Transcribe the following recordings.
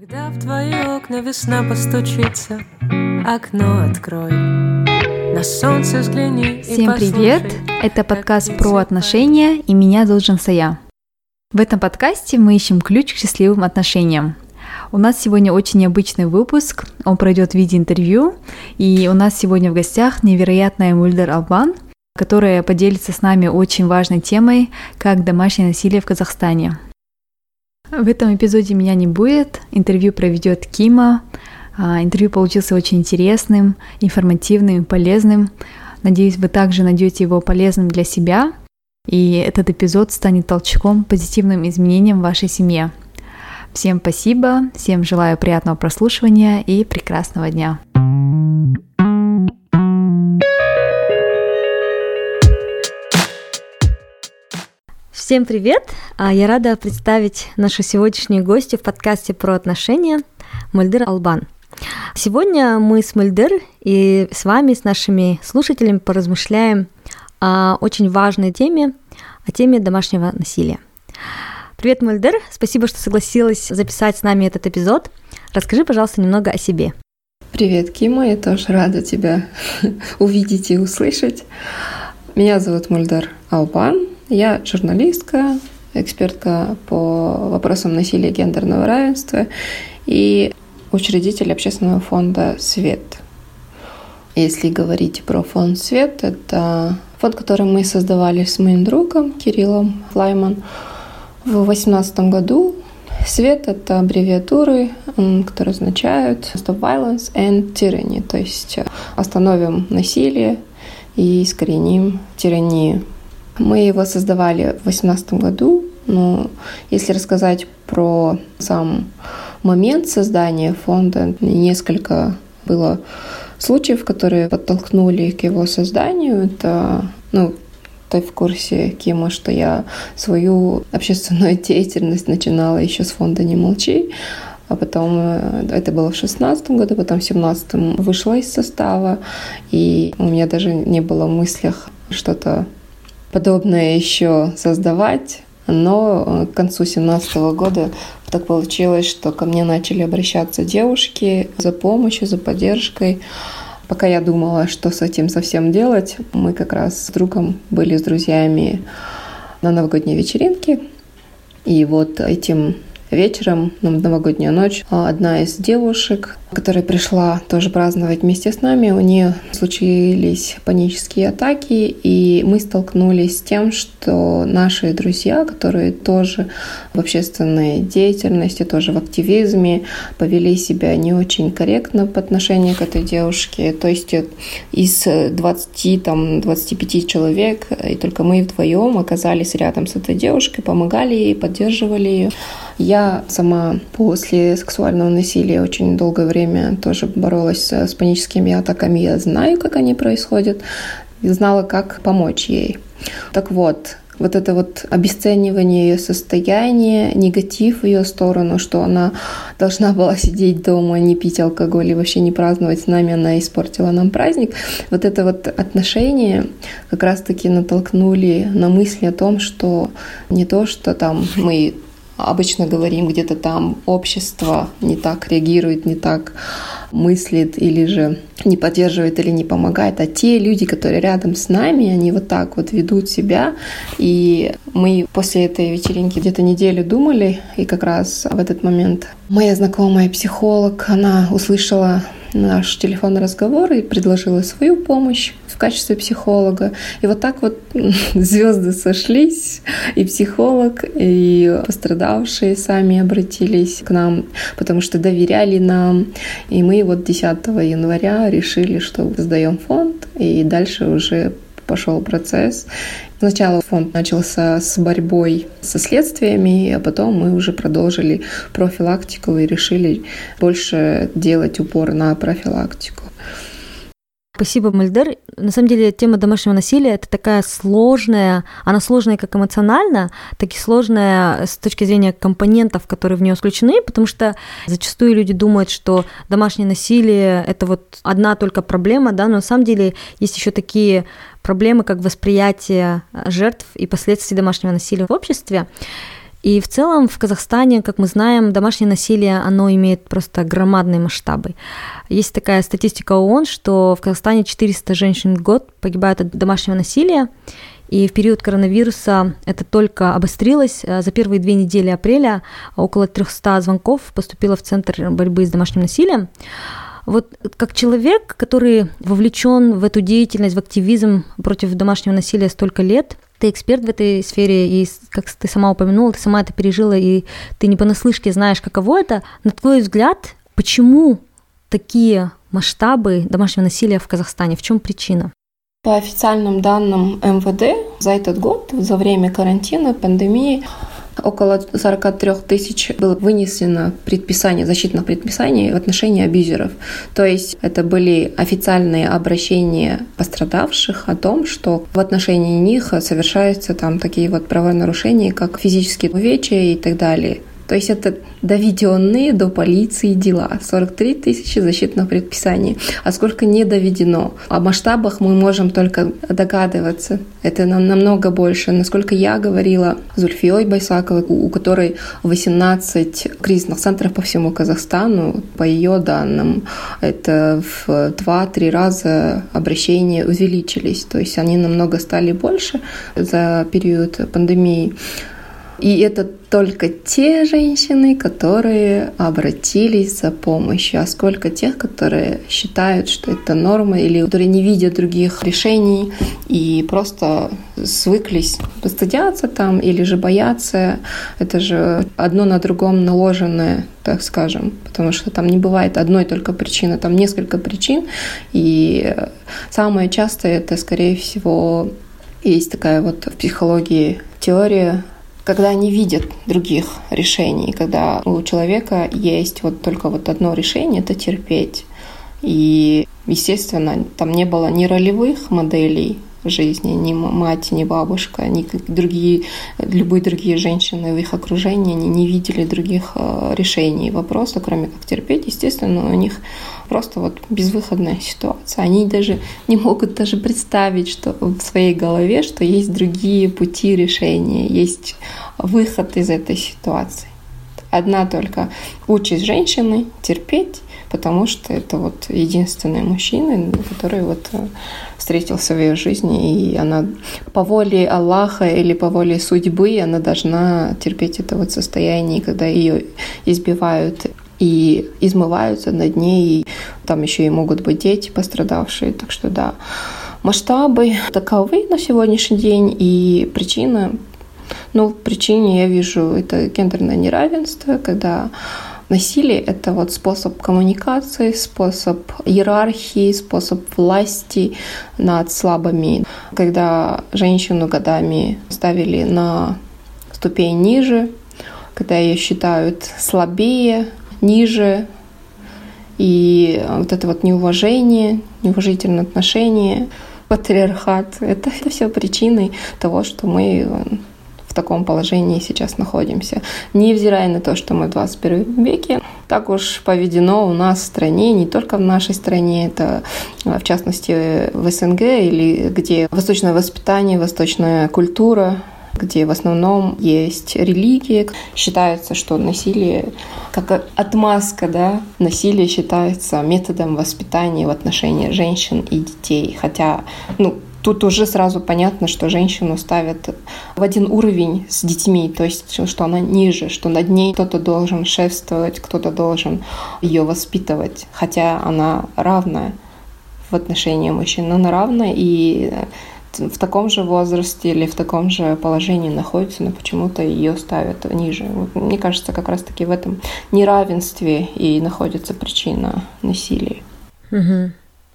Когда в твои окна весна постучится, окно открой, на солнце взгляни. Всем привет! Это подкаст про отношения, и меня зовут Жансая. В этом подкасте мы ищем ключ к счастливым отношениям. У нас сегодня очень необычный выпуск, он пройдет в виде интервью, и у нас сегодня в гостях невероятная Мульдер Албан, которая поделится с нами очень важной темой, как домашнее насилие в Казахстане. В этом эпизоде меня не будет, интервью проведет Кима. Интервью получился очень интересным, информативным, полезным. Надеюсь, вы также найдете его полезным для себя, и этот эпизод станет толчком, позитивным изменением в вашей семье. Всем спасибо, всем желаю приятного прослушивания и прекрасного дня. Всем привет! Я рада представить нашу сегодняшнюю гостью в подкасте про отношения Мульдер Албан. Сегодня мы с Мульдер и с вами, с нашими слушателями, поразмышляем о очень важной теме, о теме домашнего насилия. Привет, Мульдер! Спасибо, что согласилась записать с нами этот эпизод. Расскажи, пожалуйста, немного о себе. Привет, Кима! Я тоже рада тебя увидеть и услышать. Меня зовут Мульдер Албан. Я журналистка, экспертка по вопросам насилия и гендерного равенства и учредитель общественного фонда «Свет». Если говорить про фонд «Свет», это фонд, который мы создавали с моим другом Кириллом Флайман в 2018 году. «Свет» — это аббревиатуры, которые означают «Stop Violence and Tyranny», то есть «Остановим насилие и искореним тиранию». Мы его создавали в 2018 году, но если рассказать про сам момент создания фонда, несколько было случаев, которые подтолкнули к его созданию. Это, ты в курсе, Кима, что я свою общественную деятельность начинала еще с фонда «Не молчи», а потом, это было в 2016 году, потом в 2017 вышла из состава, и у меня даже не было в мыслях что-то подобное еще создавать, но к концу 2017 года так получилось, что ко мне начали обращаться девушки за помощью, за поддержкой. Пока я думала, что с этим совсем делать, мы как раз с другом были с друзьями на новогодней вечеринке. И вот этим вечером, на новогоднюю ночь, одна из девушек, которая пришла тоже праздновать вместе с нами, у нее случились панические атаки, и мы столкнулись с тем, что наши друзья, которые тоже в общественной деятельности, тоже в активизме, повели себя не очень корректно по отношению к этой девушке. То есть из 20-25 человек, и только мы вдвоем оказались рядом с этой девушкой, помогали ей, поддерживали ее. Я сама после сексуального насилия очень долгое время тоже боролась с паническими атаками. Я знаю, как они происходят, и знала, как помочь ей. Так вот это вот обесценивание ее состояния, негатив в ее сторону, что она должна была сидеть дома, не пить алкоголь и вообще не праздновать с нами, она испортила нам праздник. Вот это вот отношения как раз-таки натолкнули на мысли о том, что не то, что там мы обычно говорим, где-то там общество не так реагирует, не так мыслит или же не поддерживает или не помогает, а те люди, которые рядом с нами, они вот так вот ведут себя. И мы после этой вечеринки где-то неделю думали, и как раз в этот момент моя знакомая психолог, она услышала наш телефонный разговор и предложила свою помощь в качестве психолога. И вот так вот звезды сошлись, и психолог, и пострадавшие сами обратились к нам, потому что доверяли нам. И мы вот 10 января решили, что создаем фонд, и дальше уже пошел процесс. Сначала фонд начался с борьбой со следствиями, а потом мы уже продолжили профилактику и решили больше делать упор на профилактику. Спасибо, Мульдер. На самом деле, тема домашнего насилия — это такая сложная, она сложная как эмоционально, так и сложная с точки зрения компонентов, которые в нее включены, потому что зачастую люди думают, что домашнее насилие — это вот одна только проблема, да, но на самом деле есть еще такие проблемы, как восприятие жертв и последствий домашнего насилия в обществе. И в целом в Казахстане, как мы знаем, домашнее насилие, оно имеет просто громадные масштабы. Есть такая статистика ООН, что в Казахстане 400 женщин в год погибают от домашнего насилия, и в период коронавируса это только обострилось. За первые 2 недели апреля около 300 звонков поступило в Центр борьбы с домашним насилием. Вот как человек, который вовлечен в эту деятельность, в активизм против домашнего насилия столько лет, ты эксперт в этой сфере, и, как ты сама упомянула, ты сама это пережила, и ты не понаслышке знаешь, каково это. На твой взгляд, почему такие масштабы домашнего насилия в Казахстане? В чем причина? По официальным данным МВД, за этот год, за время карантина, пандемии, около 43 тысяч было вынесено защитных предписаний в отношении абьюзеров. То есть это были официальные обращения пострадавших о том, что в отношении них совершаются там такие вот правонарушения, как физические увечья и так далее. То есть это доведенные до полиции дела. 43 тысячи защитных предписаний. А сколько не доведено? О масштабах мы можем только догадываться. Это намного больше. Насколько я говорила с Зульфией Байсаковой, у которой 18 кризисных центров по всему Казахстану, по ее данным, это в 2-3 раза обращения увеличились. То есть они намного стали больше за период пандемии. И это только те женщины, которые обратились за помощью, а сколько тех, которые считают, что это норма, или которые не видят других решений и просто свыклись постыдятся там или же боятся. Это же одно на другом наложенное, так скажем, потому что там не бывает одной только причины, там несколько причин, и самое частое это, скорее всего, есть такая вот в психологии теория, когда они видят других решений, когда у человека есть вот только вот одно решение — это терпеть. И, естественно, там не было ни ролевых моделей в жизни, ни мать, ни бабушка, ни любые другие женщины в их окружении, они не видели других решений вопроса, кроме как терпеть. Естественно, у них просто вот безвыходная ситуация. Они даже не могут даже представить, что в своей голове, что есть другие пути решения, есть выход из этой ситуации. Одна только участь женщины — терпеть, потому что это вот единственный мужчина, который вот встретился в ее жизни, и она по воле Аллаха или по воле судьбы она должна терпеть это вот состояние, когда ее избивают и измываются над ней, и там еще и могут быть дети пострадавшие, так что да, масштабы таковы на сегодняшний день, и причина, в причине я вижу это гендерное неравенство, когда насилие — это вот способ коммуникации, способ иерархии, способ власти над слабыми. Когда женщину годами ставили на ступень ниже, когда ее считают слабее, ниже, и вот это вот неуважение, неуважительное отношение, патриархат — это все причиной того, что мы в таком положении сейчас находимся. Невзирая на то, что мы в 21 веке, так уж поведено у нас в стране, не только в нашей стране, это в частности в СНГ, или где восточное воспитание, восточная культура, где в основном есть религия. Считается, что насилие, как отмазка, да, насилие считается методом воспитания в отношении женщин и детей. Хотя, тут уже сразу понятно, что женщину ставят в один уровень с детьми, то есть что она ниже, что над ней кто-то должен шефствовать, кто-то должен ее воспитывать, хотя она равная в отношении мужчин, она равная и в таком же возрасте или в таком же положении находится, но почему-то ее ставят ниже. Мне кажется, как раз-таки в этом неравенстве и находится причина насилия. Угу.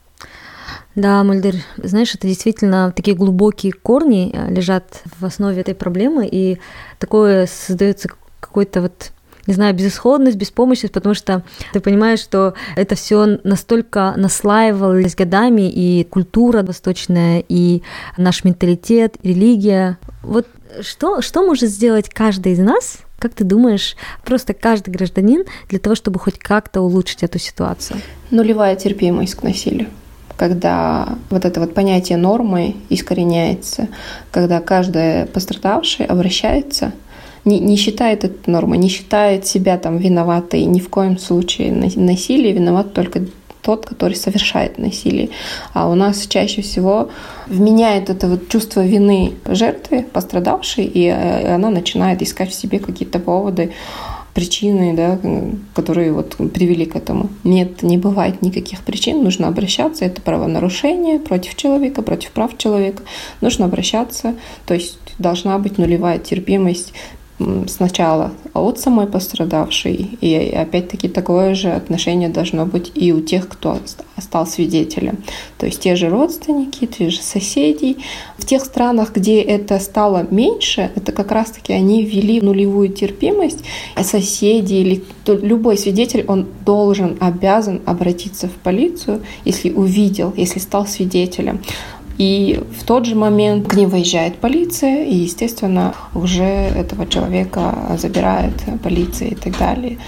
Да, Мульдер, знаешь, это действительно такие глубокие корни лежат в основе этой проблемы, и такое создается какой-то вот, не знаю, безысходность, беспомощность, потому что ты понимаешь, что это все настолько наслаивалось годами, и культура восточная, и наш менталитет, и религия. Вот что может сделать каждый из нас, как ты думаешь, просто каждый гражданин, для того, чтобы хоть как-то улучшить эту ситуацию? Нулевая терпимость к насилию. Когда вот это вот понятие нормы искореняется, когда каждый пострадавший обращается не считает это нормой, не считает себя там виноватой. Ни в коем случае насилие виноват только тот, который совершает насилие. А у нас чаще всего вменяет это вот чувство вины жертве, пострадавшей, и она начинает искать в себе какие-то поводы, причины, да, которые вот привели к этому. Нет, не бывает никаких причин, нужно обращаться. Это правонарушение против человека, против прав человека. Нужно обращаться, то есть должна быть нулевая терпимость сначала от самой пострадавшей, и опять-таки такое же отношение должно быть и у тех, кто стал свидетелем. То есть те же родственники, те же соседи. В тех странах, где это стало меньше, это как раз-таки они ввели нулевую терпимость. Соседи или любой свидетель, он обязан обратиться в полицию, если увидел, если стал свидетелем. И в тот же момент к ним выезжает полиция, и, естественно, уже этого человека забирает полиция и так далее.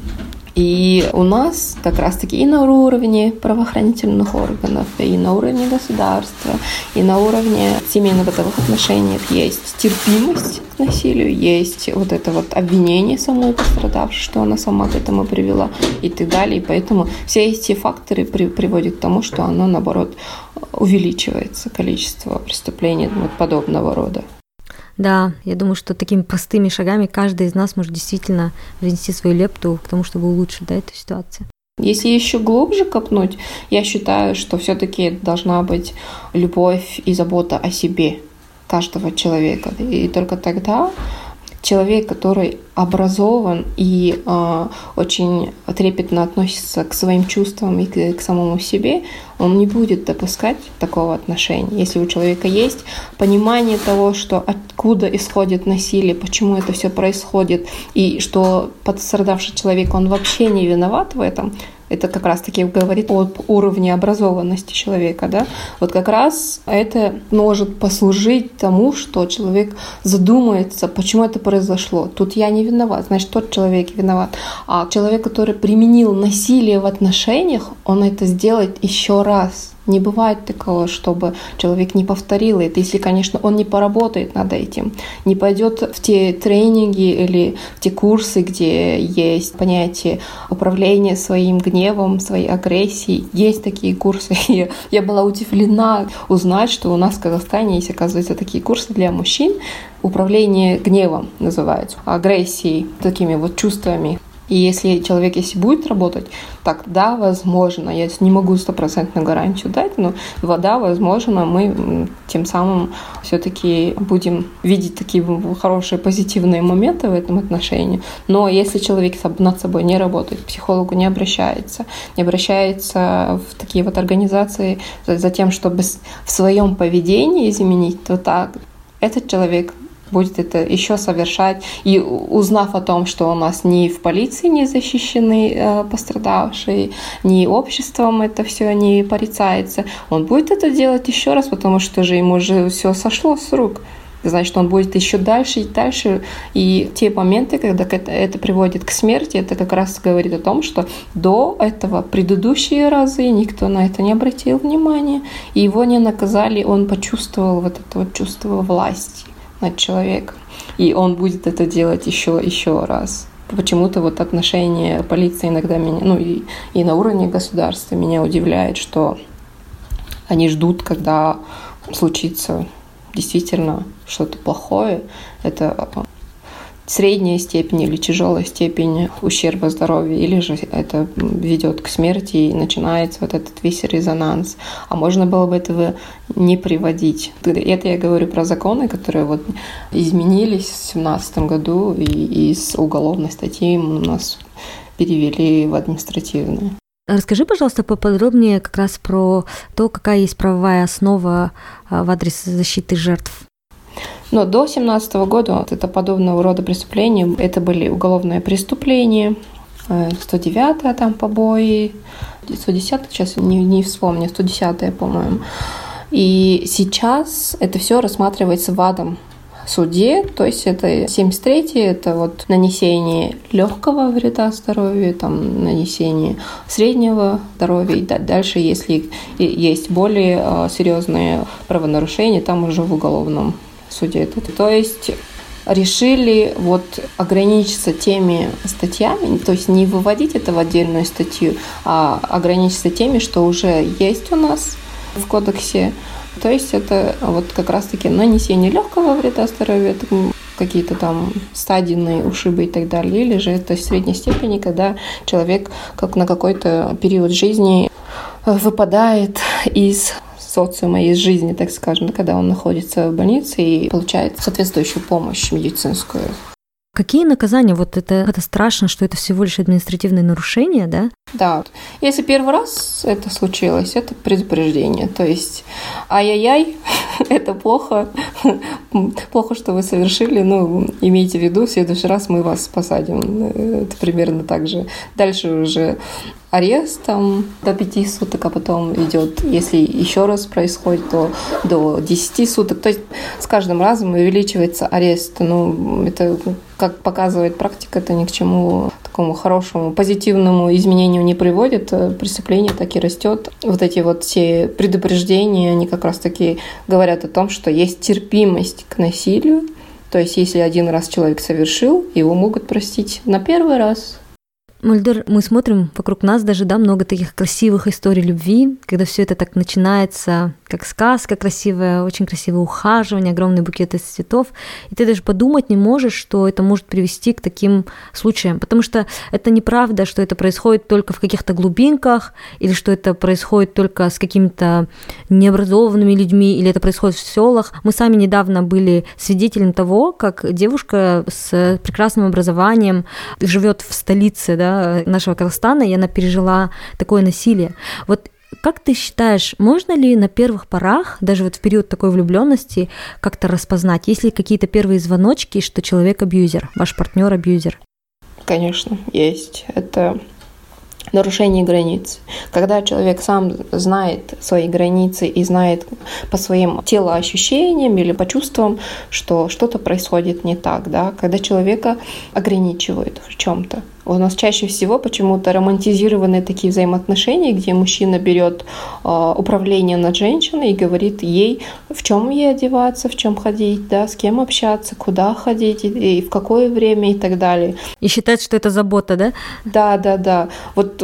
И у нас как раз-таки и на уровне правоохранительных органов, и на уровне государства, и на уровне семейно-бытовых отношений есть терпимость к насилию, есть вот это вот обвинение самой пострадавшей, что она сама к этому привела и так далее. И поэтому все эти факторы приводят к тому, что оно, наоборот, увеличивается количество преступлений вот подобного рода. Да, я думаю, что такими простыми шагами каждый из нас может действительно внести свою лепту к тому, чтобы улучшить, да, эту ситуацию. Если еще глубже копнуть, я считаю, что все-таки должна быть любовь и забота о себе каждого человека. И только тогда человек, который образован и очень трепетно относится к своим чувствам и к самому себе, он не будет допускать такого отношения. Если у человека есть понимание того, что откуда исходит насилие, почему это все происходит, и что пострадавший человек, он вообще не виноват в этом, это как раз-таки говорит об уровне образованности человека, да? Вот как раз это может послужить тому, что человек задумается, почему это произошло. Тут я не виноват, значит, тот человек виноват. А человек, который применил насилие в отношениях, он это сделает еще раз. Не бывает такого, чтобы человек не повторил это, если, конечно, он не поработает над этим, не пойдет в те тренинги или в те курсы, где есть понятие управления своим гневом, своей агрессией. Есть такие курсы. Я была удивлена узнать, что у нас в Казахстане есть, оказывается, такие курсы для мужчин. Управление гневом называется, агрессией, такими вот чувствами. И если человек, будет работать, тогда, возможно, я не могу 100% гарантию дать, но да, возможно, мы тем самым все-таки будем видеть такие хорошие позитивные моменты в этом отношении. Но если человек над собой не работает, к психологу не обращается в такие вот организации за тем, чтобы в своем поведении изменить, то так этот человек будет это еще совершать. И узнав о том, что у нас ни в полиции не защищены пострадавшие, ни обществом это все не порицается, он будет это делать еще раз, потому что же ему уже все сошло с рук. Значит, он будет еще дальше и дальше. И те моменты, когда это приводит к смерти, это как раз говорит о том, что до этого предыдущие разы никто на это не обратил внимания, и его не наказали, он почувствовал вот это вот чувство власти над человеком. И он будет это делать еще раз. Почему-то вот отношение полиции иногда меня, и на уровне государства меня удивляет, что они ждут, когда случится действительно что-то плохое. Это средняя степень или тяжелая степень ущерба здоровью, или же это ведет к смерти и начинается вот этот весь резонанс. А можно было бы этого не приводить. Это я говорю про законы, которые вот изменились в 2017 году, и из уголовной статьи у нас перевели в административную. Расскажи, пожалуйста, поподробнее как раз про то, какая есть правовая основа в адрес защиты жертв. Но до 2017 года это подобного рода преступления, это были уголовные преступления, 109-е там побои, 110-е, сейчас не вспомню, 110-е, по-моему. И сейчас это все рассматривается в адом суде, то есть это 73-е, это вот нанесение легкого вреда здоровью, там нанесение среднего здоровья, и дальше, если есть более серьезные правонарушения, там уже в уголовном суде. То есть решили вот ограничиться теми статьями, то есть не выводить это в отдельную статью, а ограничиться теми, что уже есть у нас в кодексе. То есть это вот как раз-таки нанесение легкого вреда здоровью, какие-то там ссадины, ушибы и так далее, или же это в средней степени, когда человек как на какой-то период жизни выпадает из социума, из жизни, так скажем, когда он находится в больнице и получает соответствующую помощь медицинскую. Какие наказания? Вот это страшно, что это всего лишь административные нарушения, да? Да. Если первый раз это случилось, это предупреждение. То есть, ай-яй-яй, это плохо. Плохо, что вы совершили. Имейте в виду, в следующий раз мы вас посадим. Это примерно так же. Дальше уже арест до 5 суток, а потом идет, если еще раз происходит, то до 10 суток. То есть с каждым разом увеличивается арест. Это, как показывает практика, это ни к чему такому хорошему, позитивному изменению не приводит. Преступление так и растет. Вот эти вот все предупреждения, они как раз-таки говорят о том, что есть терпимость к насилию. То есть если один раз человек совершил, его могут простить на первый раз. Мульдер, мы смотрим вокруг нас даже, много таких красивых историй любви, когда все это так начинается, как сказка красивая, очень красивое ухаживание, огромный букет из цветов, и ты даже подумать не можешь, что это может привести к таким случаям, потому что это неправда, что это происходит только в каких-то глубинках, или что это происходит только с какими-то необразованными людьми, или это происходит в селах. Мы сами недавно были свидетелем того, как девушка с прекрасным образованием живет в столице, нашего Казахстана, и она пережила такое насилие. Вот как ты считаешь, можно ли на первых порах, даже вот в период такой влюбленности, как-то распознать, есть ли какие-то первые звоночки, что человек абьюзер, ваш партнер абьюзер? Конечно, есть. Это нарушение границ. Когда человек сам знает свои границы и знает по своим телоощущениям или по чувствам, что что-то происходит не так, когда человека ограничивают в чем-то. У нас чаще всего почему-то романтизированы такие взаимоотношения, где мужчина берет управление над женщиной и говорит ей, в чем ей одеваться, в чем ходить, с кем общаться, куда ходить и в какое время и так далее. И считает, что это забота, да? Да. Вот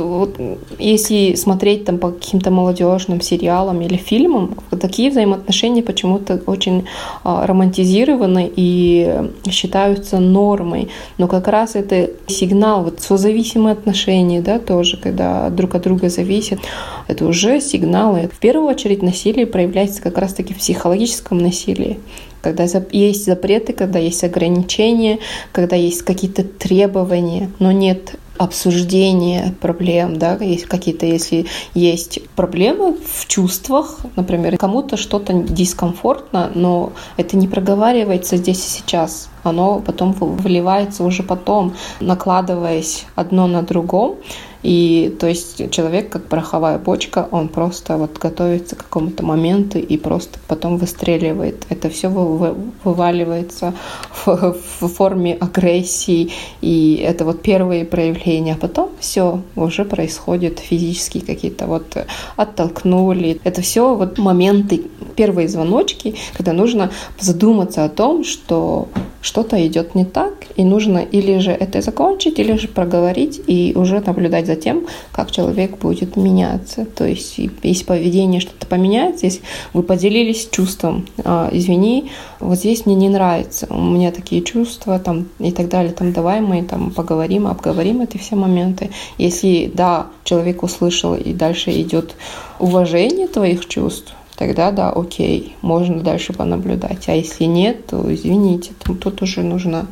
если смотреть по каким-то молодежным сериалам или фильмам, такие взаимоотношения почему-то очень романтизированы и считаются нормой. Но как раз это сигнал, созависимые отношения, тоже, когда друг от друга зависят, это уже сигналы. В первую очередь насилие проявляется как раз-таки в психологическом насилии. Когда есть запреты, когда есть ограничения, когда есть какие-то требования, но нет обсуждения проблем, если есть проблемы в чувствах, например, кому-то что-то дискомфортно, но это не проговаривается здесь и сейчас, оно потом выливается уже потом, накладываясь одно на другом. И то есть человек, как пороховая бочка, он просто готовится к какому-то моменту и просто потом выстреливает. Это все вываливается в форме агрессии, и это первые проявления. А потом все уже происходит физические какие-то оттолкнули. Это все моменты, первые звоночки, когда нужно задуматься о том, что что-то идет не так, и нужно или же это закончить, или же проговорить и уже наблюдать за тем, как человек будет меняться. То есть, если поведение что-то поменяется, если вы поделились чувством, извини, вот здесь мне не нравится, у меня такие чувства, и так далее, давай мы поговорим, обговорим эти все моменты. Если человек услышал и дальше идет уважение твоих чувств, тогда окей, можно дальше понаблюдать. А если нет, то извините, тут уже нужно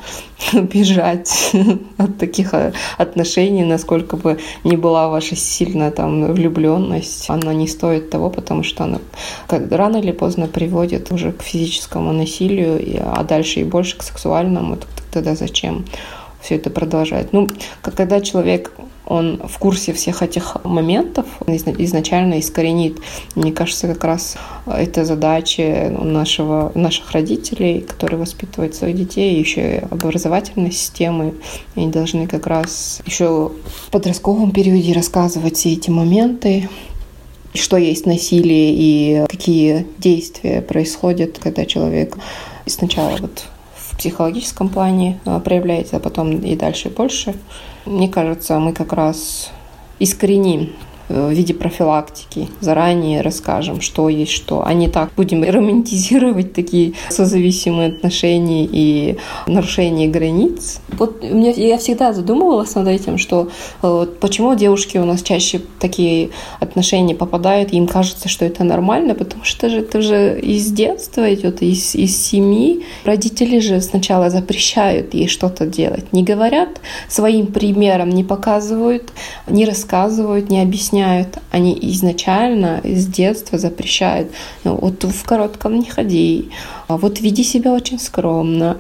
бежать от таких отношений, насколько бы ни была ваша сильная влюбленность, она не стоит того, потому что она рано или поздно приводит уже к физическому насилию, а дальше и больше к сексуальному. Тогда зачем все это продолжать? Когда человек он в курсе всех этих моментов, изначально искоренит. Мне кажется, как раз это задача наших родителей, которые воспитывают своих детей, еще и образовательной системы. Они должны как раз еще в подростковом периоде рассказывать все эти моменты, что есть насилие и какие действия происходят, когда человек сначала в психологическом плане проявляется, а потом и дальше больше. Мне кажется, мы как раз искореним в виде профилактики, заранее расскажем, что есть что, а не так будем романтизировать такие созависимые отношения и нарушение границ. Вот я всегда задумывалась над этим, что почему девушки у нас чаще такие отношения попадают, и им кажется, что это нормально, потому что это же из детства идет, из семьи. Родители же сначала запрещают ей что-то делать, не говорят своим примером, не показывают, не рассказывают, не объясняют. Они изначально с детства запрещают. Вот в коротком не ходи. Вот веди себя очень скромно.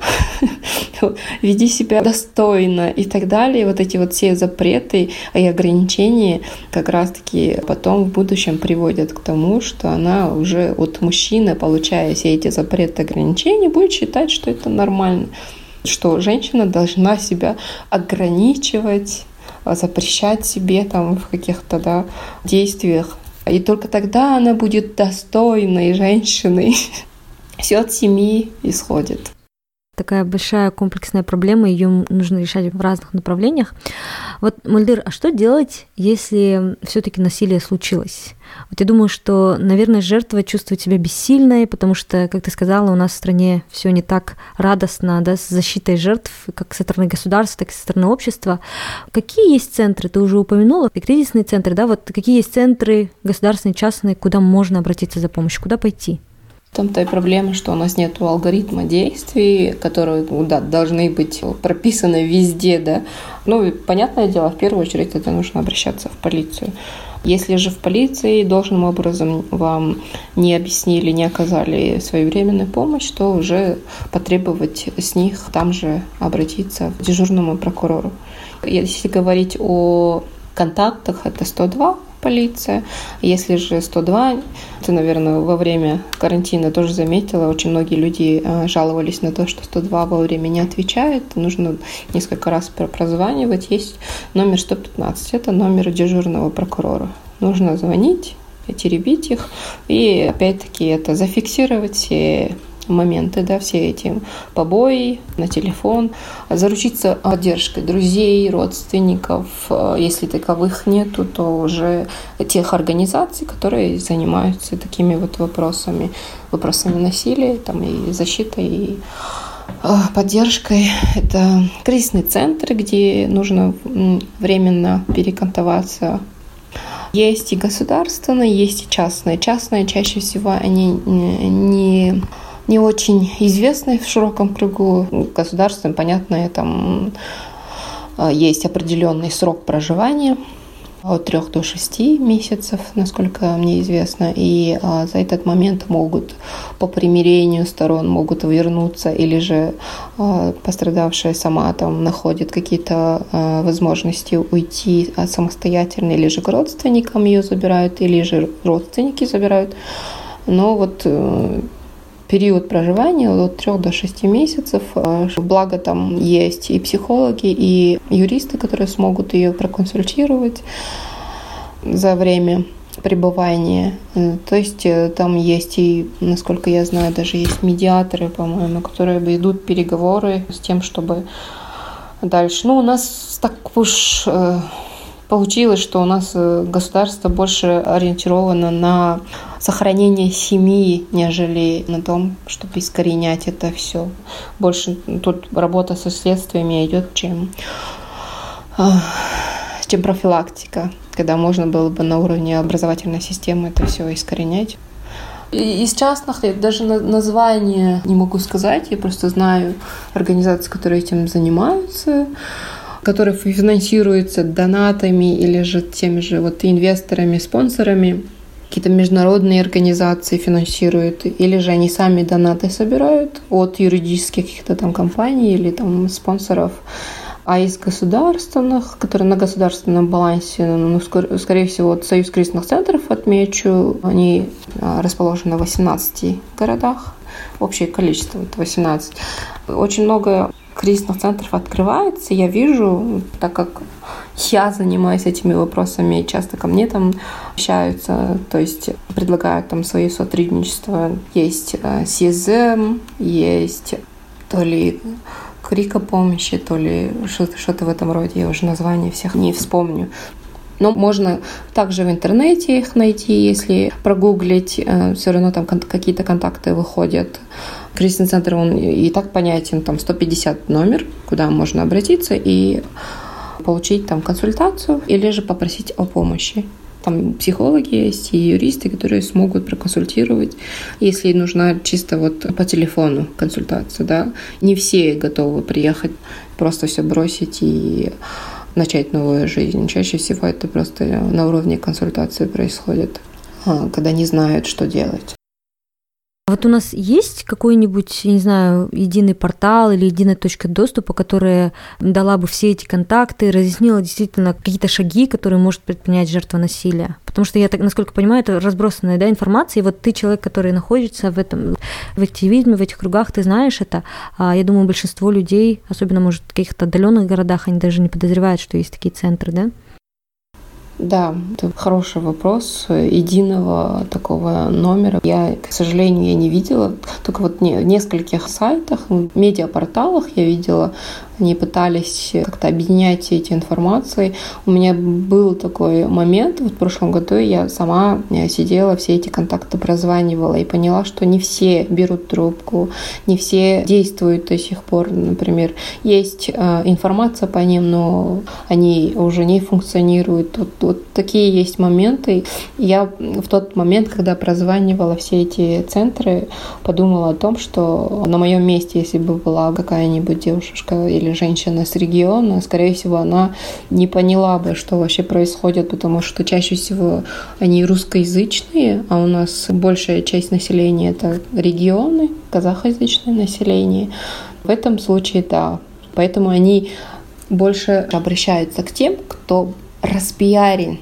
Веди себя достойно и так далее. Вот эти вот все запреты и ограничения как раз-таки потом в будущем приводят к тому, что она уже от мужчины, получая все эти запреты и ограничения, будет считать, что это нормально. Что женщина должна себя ограничивать, запрещать себе там в каких-то действиях. И только тогда она будет достойной женщиной. Все от семьи исходит. Такая большая комплексная проблема, ее нужно решать в разных направлениях. Вот, Мульдыр, а что делать, если все-таки насилие случилось? Вот я думаю, что, наверное, жертва чувствует себя бессильной, потому что, как ты сказала, у нас в стране все не так радостно, да, с защитой жертв, как со стороны государства, так и со стороны общества. Какие есть центры? Ты уже упомянула, и кризисные центры, да, вот какие есть центры государственные, частные, куда можно обратиться за помощью, куда пойти? В том-то и проблема, что у нас нет алгоритма действий, которые должны быть прописаны везде. Да? Ну, понятное дело, в первую очередь это нужно обращаться в полицию. Если же в полиции должным образом вам не объяснили, не оказали своевременную помощь, то уже потребовать с них там же обратиться к дежурному прокурору. Если говорить о контактах, это 102. Полиция. Если же 102, ты, наверное, во время карантина тоже заметила, очень многие люди жаловались на то, что 102 во время не отвечает, нужно несколько раз прозванивать. Есть номер 115, это номер дежурного прокурора. Нужно звонить, теребить их и, опять-таки, это зафиксировать все моменты, да, все эти побои на телефон, заручиться поддержкой друзей, родственников, если таковых нету, то уже тех организаций, которые занимаются такими вот вопросами насилия, там и защитой, и поддержкой. Это кризисные центры, где нужно временно перекантоваться. Есть и государственные, есть и частные. Частные чаще всего они не очень известны в широком кругу. Государственным, понятно, там есть определенный срок проживания от 3 до 6 месяцев, насколько мне известно. И за этот момент могут по примирению сторон могут вернуться, или же пострадавшая сама там находит какие-то возможности уйти самостоятельно, или же к родственникам ее забирают, или же родственники забирают. Но вот период проживания от 3 до 6 месяцев. Благо там есть и психологи, и юристы, которые смогут ее проконсультировать за время пребывания. То есть там есть и, насколько я знаю, даже есть медиаторы, по-моему, которые ведут переговоры с тем, чтобы дальше. Ну, у нас так уж получилось, что у нас государство больше ориентировано на сохранение семьи, нежели на том, чтобы искоренять это все. Больше тут работа со следствиями идет, чем профилактика, когда можно было бы на уровне образовательной системы это все искоренять. Из частных я даже название не могу сказать, я просто знаю организации, которые этим занимаются, которые финансируются донатами или же теми же вот инвесторами, спонсорами. Какие-то международные организации финансируют, или же они сами донаты собирают от юридических каких-то там компаний или там спонсоров. А из государственных, которые на государственном балансе, ну, скорее всего, вот Союз кризисных центров, отмечу, они расположены в 18 городах. Общее количество это 18. Очень много кризисных центров открывается. Я вижу, так как я занимаюсь этими вопросами, часто ко мне там общаются, то есть предлагают там свои сотрудничества. Есть СИЗМ, есть то ли крик о помощи, то ли что-то в этом роде. Я уже название всех не вспомню. Но можно также в интернете их найти, если прогуглить, все равно там какие-то контакты выходят. Кризисный центр, он и так понятен, там 150 номер, куда можно обратиться и получить там консультацию или же попросить о помощи. Там психологи есть и юристы, которые смогут проконсультировать, если нужна чисто по телефону консультация. Да. Не все готовы приехать, просто все бросить и начать новую жизнь. Чаще всего это просто на уровне консультации происходит, когда не знают, что делать. Вот у нас есть какой-нибудь, не знаю, единый портал или единая точка доступа, которая дала бы все эти контакты, разъяснила действительно какие-то шаги, которые может предпринять жертва насилия? Потому что я, насколько понимаю, это разбросанная, да, информация, и вот ты человек, который находится в активизме, в этих кругах, ты знаешь это. Я думаю, большинство людей, особенно, может, в каких-то отдаленных городах, они даже не подозревают, что есть такие центры, да? Да, это хороший вопрос. Единого такого номера я, к сожалению, не видела. Только в нескольких сайтах, в медиапорталах я видела, они пытались как-то объединять все эти информации. У меня был такой момент, в прошлом году я сама сидела, все эти контакты прозванивала и поняла, что не все берут трубку, не все действуют до сих пор. Например, есть информация по ним, но они уже не функционируют. Вот такие есть моменты. Я в тот момент, когда прозванивала все эти центры, подумала о том, что на моем месте, если бы была какая-нибудь девушка или женщина с региона, скорее всего, она не поняла бы, что вообще происходит, потому что чаще всего они русскоязычные, а у нас большая часть населения — это регионы, казахоязычное население. В этом случае, да. Поэтому они больше обращаются к тем, кто распиарен,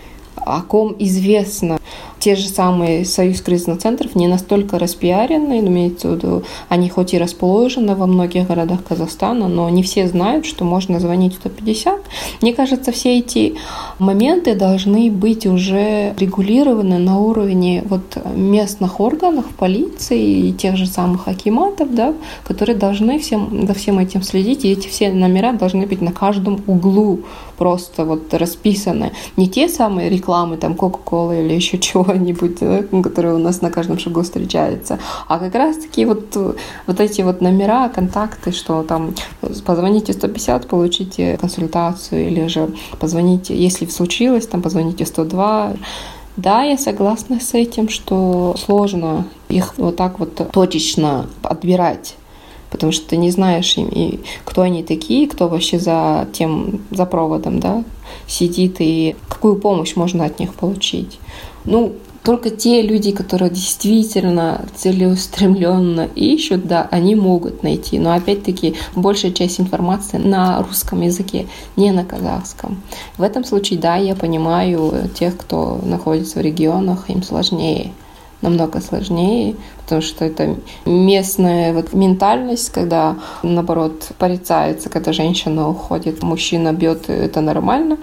о ком известно. Те же самые союз кризисных центров не настолько распиарены, имеется в виду, они хоть и расположены во многих городах Казахстана, но не все знают, что можно звонить 150. Мне кажется, все эти моменты должны быть уже регулированы на уровне местных органов, полиции и тех же самых акиматов, да, которые должны за всем этим следить, и эти все номера должны быть на каждом углу просто расписаны. Не те самые рекламы, там, Coca-Cola или еще чего-нибудь, да, которые у нас на каждом шагу встречаются, а как раз-таки эти номера, контакты, что там позвоните 150, получите консультацию, или же позвоните, если случилось, там позвоните 102. Да, я согласна с этим, что сложно их точечно отбирать, потому что ты не знаешь, кто они такие, кто вообще за проводом, да, сидит, и какую помощь можно от них получить. Только те люди, которые действительно целеустремленно ищут, да, они могут найти. Но опять-таки большая часть информации на русском языке, не на казахском. В этом случае, да, я понимаю тех, кто находится в регионах, им сложнее. Намного сложнее, потому что это местная ментальность, когда, наоборот, порицается, когда женщина уходит, мужчина бьет, это нормально.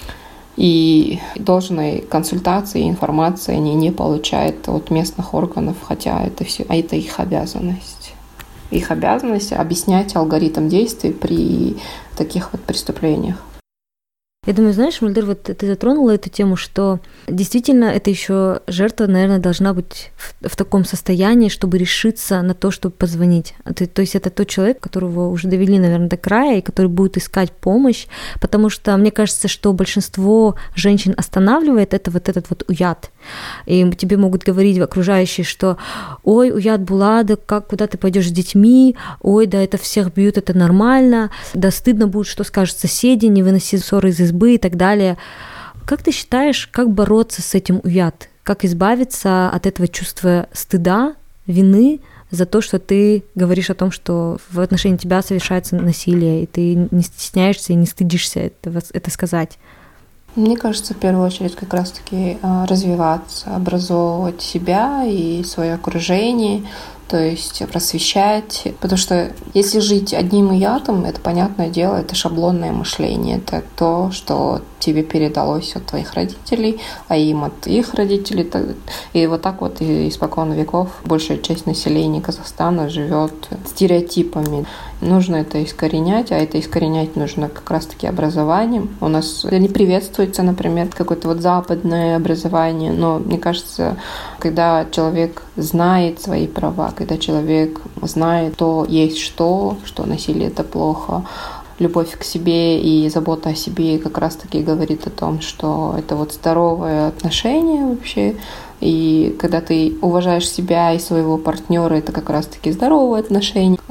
И должной консультации и информации они не получают от местных органов, хотя это их обязанность. Их обязанность объяснять алгоритм действий при таких преступлениях. Я думаю, знаешь, Мульдер, ты затронула эту тему, что действительно это еще жертва, наверное, должна быть в таком состоянии, чтобы решиться на то, чтобы позвонить. То есть это тот человек, которого уже довели, наверное, до края, и который будет искать помощь, потому что мне кажется, что большинство женщин останавливает этот уят. И тебе могут говорить окружающие, что «Ой, уят була, да куда ты пойдешь с детьми? Ой, да это всех бьют, это нормально, да стыдно будет, что скажут соседи, не выноси ссоры из избы» и так далее. Как ты считаешь, как бороться с этим уят? Как избавиться от этого чувства стыда, вины за то, что ты говоришь о том, что в отношении тебя совершается насилие, и ты не стесняешься и не стыдишься это сказать? Мне кажется, в первую очередь как раз-таки развиваться, образовывать себя и свое окружение, то есть просвещать. Потому что если жить одним ядом, это, понятное дело, это шаблонное мышление. Это то, что тебе передалось от твоих родителей, а им от их родителей. И вот так вот испокон веков большая часть населения Казахстана живет стереотипами. Нужно это искоренять, а это искоренять нужно как раз-таки образованием. У нас не приветствуется, например, какое-то вот западное образование, но мне кажется, когда человек знает свои права, когда человек знает, что есть что насилие — это плохо, любовь к себе и забота о себе как раз-таки говорит о том, что это вот здоровое отношение вообще. И когда ты уважаешь себя и своего партнера, это как раз-таки здоровое отношение.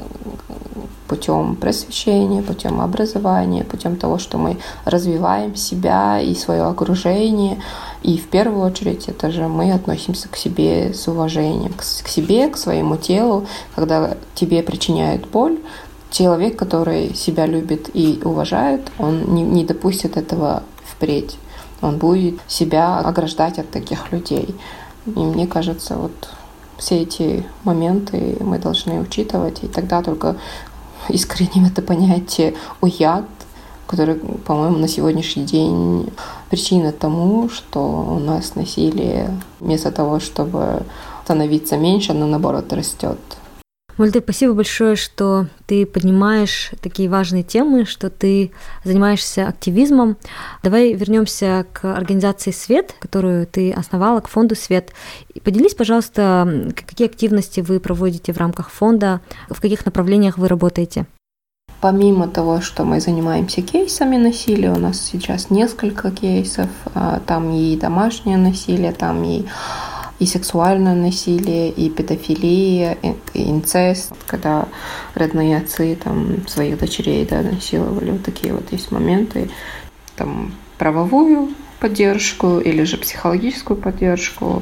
Путем просвещения, путем образования, путем того, что мы развиваем себя и свое окружение. И в первую очередь это же мы относимся к себе с уважением, к себе, к своему телу. Когда тебе причиняют боль, человек, который себя любит и уважает, он не допустит этого впредь. Он будет себя ограждать от таких людей. И мне кажется, вот все эти моменты мы должны учитывать, и тогда только искореним это понятие «уяд», который, по-моему, на сегодняшний день причина тому, что у нас насилие вместо того, чтобы становиться меньше, оно наоборот растет. Мульдер, спасибо большое, что ты поднимаешь такие важные темы, что ты занимаешься активизмом. Давай вернемся к организации «Свет», которую ты основала, к фонду «Свет». И поделись, пожалуйста, какие активности вы проводите в рамках фонда, в каких направлениях вы работаете? Помимо того, что мы занимаемся кейсами насилия, у нас сейчас несколько кейсов, там и домашнее насилие, там и сексуальное насилие, и педофилия, и инцест, когда родные отцы там своих дочерей насиловали. Вот такие вот есть моменты. Там правовую поддержку или же психологическую поддержку.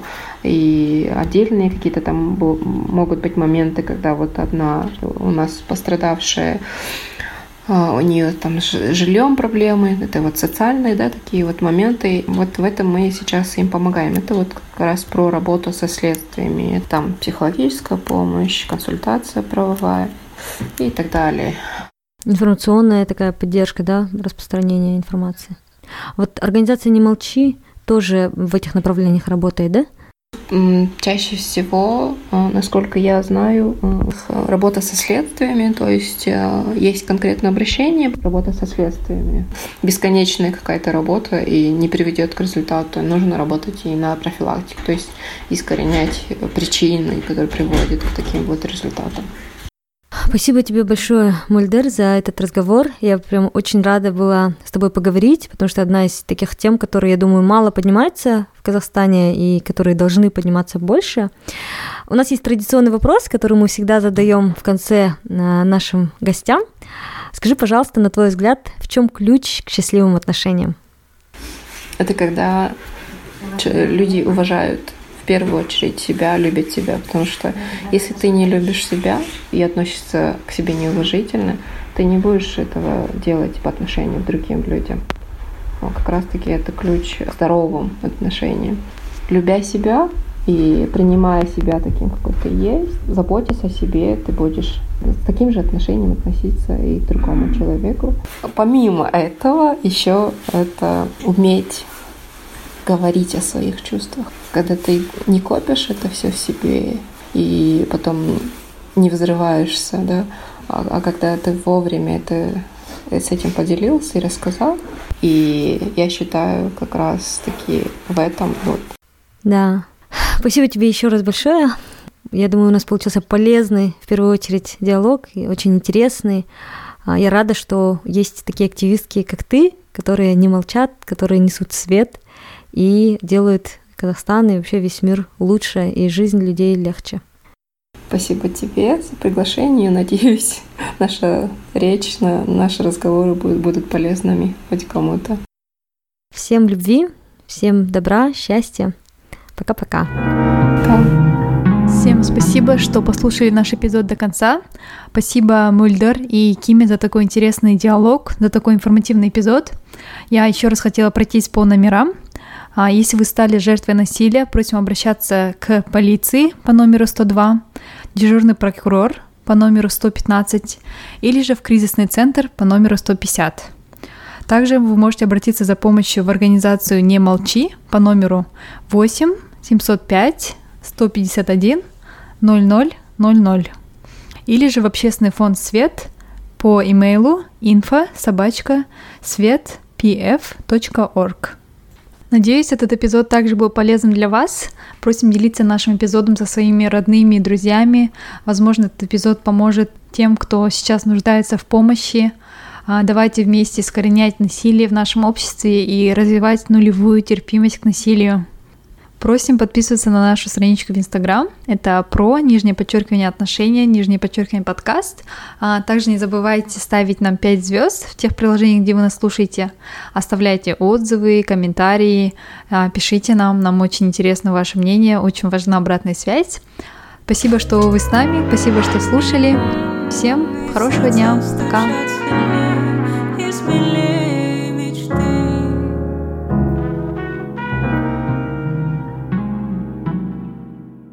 И отдельные какие-то там могут быть моменты, когда вот одна у нас пострадавшая, у нее там с жильем проблемы, это вот социальные, такие вот моменты. Вот в этом мы сейчас им помогаем. Это вот как раз про работу со следствиями. Там психологическая помощь, консультация правовая и так далее. Информационная такая поддержка, распространение информации. Вот организация «Не молчи» тоже в этих направлениях работает, да? Чаще всего, насколько я знаю, работа со следствиями, то есть есть конкретное обращение, работа со следствиями. Бесконечная какая-то работа и не приведет к результату. Нужно работать и на профилактику, то есть искоренять причины, которые приводят к таким вот результатам. Спасибо тебе большое, Мульдер, за этот разговор. Я прям очень рада была с тобой поговорить, потому что одна из таких тем, которые, я думаю, мало поднимаются в Казахстане и которые должны подниматься больше. У нас есть традиционный вопрос, который мы всегда задаем в конце нашим гостям. Скажи, пожалуйста, на твой взгляд, в чем ключ к счастливым отношениям? Это когда люди уважают в первую очередь себя, любят себя, потому что если ты не любишь себя и относишься к себе неуважительно, ты не будешь этого делать по отношению к другим людям. Но как раз-таки это ключ к здоровым отношениям. Любя себя и принимая себя таким, какой ты есть, заботясь о себе, ты будешь с таким же отношением относиться и к другому человеку. Помимо этого, еще это уметь говорить о своих чувствах. Когда ты не копишь это все в себе и потом не взрываешься, а когда ты вовремя с этим поделился и рассказал. И я считаю, как раз-таки в этом вот. Да. Спасибо тебе еще раз большое. Я думаю, у нас получился полезный, в первую очередь, диалог, и очень интересный. Я рада, что есть такие активистки, как ты, которые не молчат, которые несут свет и делают Казахстан и вообще весь мир лучше, и жизнь людей легче. Спасибо тебе за приглашение. Надеюсь, наша речь, наши разговоры будут полезными хоть кому-то. Всем любви, всем добра, счастья. Пока-пока. Всем спасибо, что послушали наш эпизод до конца. Спасибо, Мульдер и Киме, за такой интересный диалог, за такой информативный эпизод. Я еще раз хотела пройтись по номерам. Если вы стали жертвой насилия, просим обращаться к полиции по номеру 102. дежурный прокурор по номеру 115 или же в кризисный центр по номеру 150. Также вы можете обратиться за помощью в организацию «Не молчи» по номеру 8 705 151 0000 или же в общественный фонд «Свет» по имейлу info@svetpf.org. Надеюсь, этот эпизод также был полезным для вас. Просим делиться нашим эпизодом со своими родными и друзьями. Возможно, этот эпизод поможет тем, кто сейчас нуждается в помощи. Давайте вместе искоренять насилие в нашем обществе и развивать нулевую терпимость к насилию. Просим подписываться на нашу страничку в Instagram. Это _отношения, подкаст. Также не забывайте ставить нам 5 звезд в тех приложениях, где вы нас слушаете. Оставляйте отзывы, комментарии, пишите нам очень интересно ваше мнение, очень важна обратная связь. Спасибо, что вы с нами, спасибо, что слушали. Всем хорошего дня. Пока.